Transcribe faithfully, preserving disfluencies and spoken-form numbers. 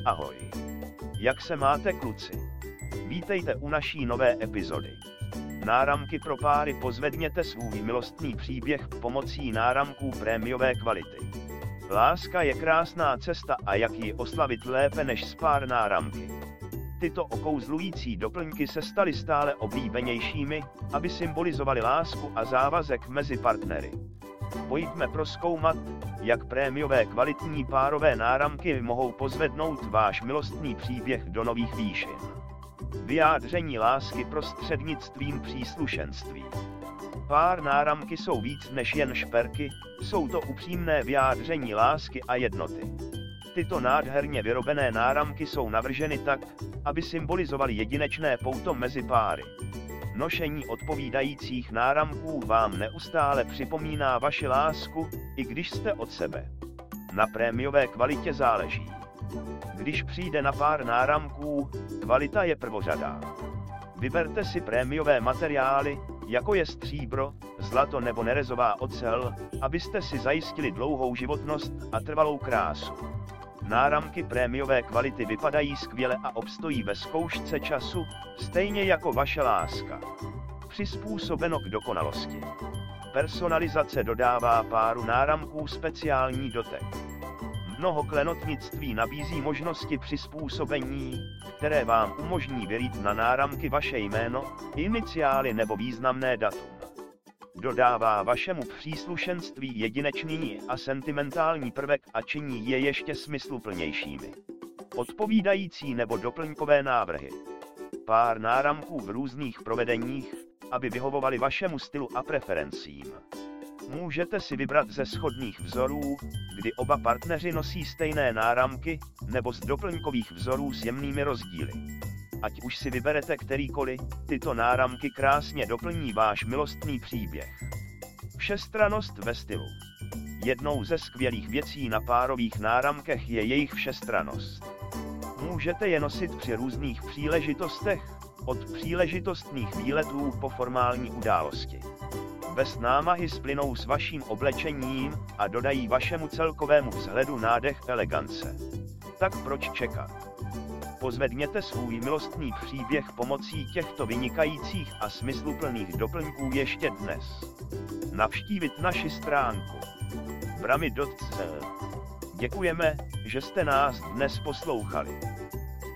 Ahoj. Jak se máte, kluci? Vítejte u naší nové epizody. Náramky pro páry. Pozvedněte svůj milostný příběh pomocí náramků prémiové kvality. Láska je krásná cesta a jak ji oslavit lépe než s pár náramky. Tyto okouzlující doplňky se staly stále oblíbenějšími, aby symbolizovaly lásku a závazek mezi partnery. Pojďme prozkoumat, jak prémiové kvalitní párové náramky mohou pozvednout váš milostný příběh do nových výšin. Vyjádření lásky prostřednictvím příslušenství. Pár náramky jsou víc než jen šperky, jsou to upřímné vyjádření lásky a jednoty. Tyto nádherně vyrobené náramky jsou navrženy tak, aby symbolizovaly jedinečné pouto mezi páry. Nošení odpovídajících náramků vám neustále připomíná vaši lásku, i když jste od sebe. Na prémiové kvalitě záleží. Když přijde na pár náramků, kvalita je prvořadá. Vyberte si prémiové materiály, jako je stříbro, zlato nebo nerezová ocel, abyste si zajistili dlouhou životnost a trvalou krásu. Náramky prémiové kvality vypadají skvěle a obstojí ve zkoušce času, stejně jako vaše láska. Přizpůsobeno k dokonalosti. Personalizace dodává páru náramků speciální dotek. Mnoho klenotnictví nabízí možnosti přizpůsobení, které vám umožní vylít na náramky vaše jméno, iniciály nebo významné datum. Dodává vašemu příslušenství jedinečný a sentimentální prvek a činí je ještě smysluplnějšími. Odpovídající nebo doplňkové návrhy. Pár náramků v různých provedeních, aby vyhovovaly vašemu stylu a preferencím. Můžete si vybrat ze shodných vzorů, kdy oba partneři nosí stejné náramky, nebo z doplňkových vzorů s jemnými rozdíly. Ať už si vyberete kterýkoliv, tyto náramky krásně doplní váš milostný příběh. Všestrannost ve stylu. Jednou ze skvělých věcí na párových náramkech je jejich všestrannost. Můžete je nosit při různých příležitostech, od příležitostných výletů po formální události. Bez námahy splynou s vaším oblečením a dodají vašemu celkovému vzhledu nádech elegance. Tak proč čekat? Pozvedněte svůj milostný příběh pomocí těchto vynikajících a smysluplných doplňků ještě dnes. Navštívit naši stránku bramy tečka cé. Děkujeme, že jste nás dnes poslouchali.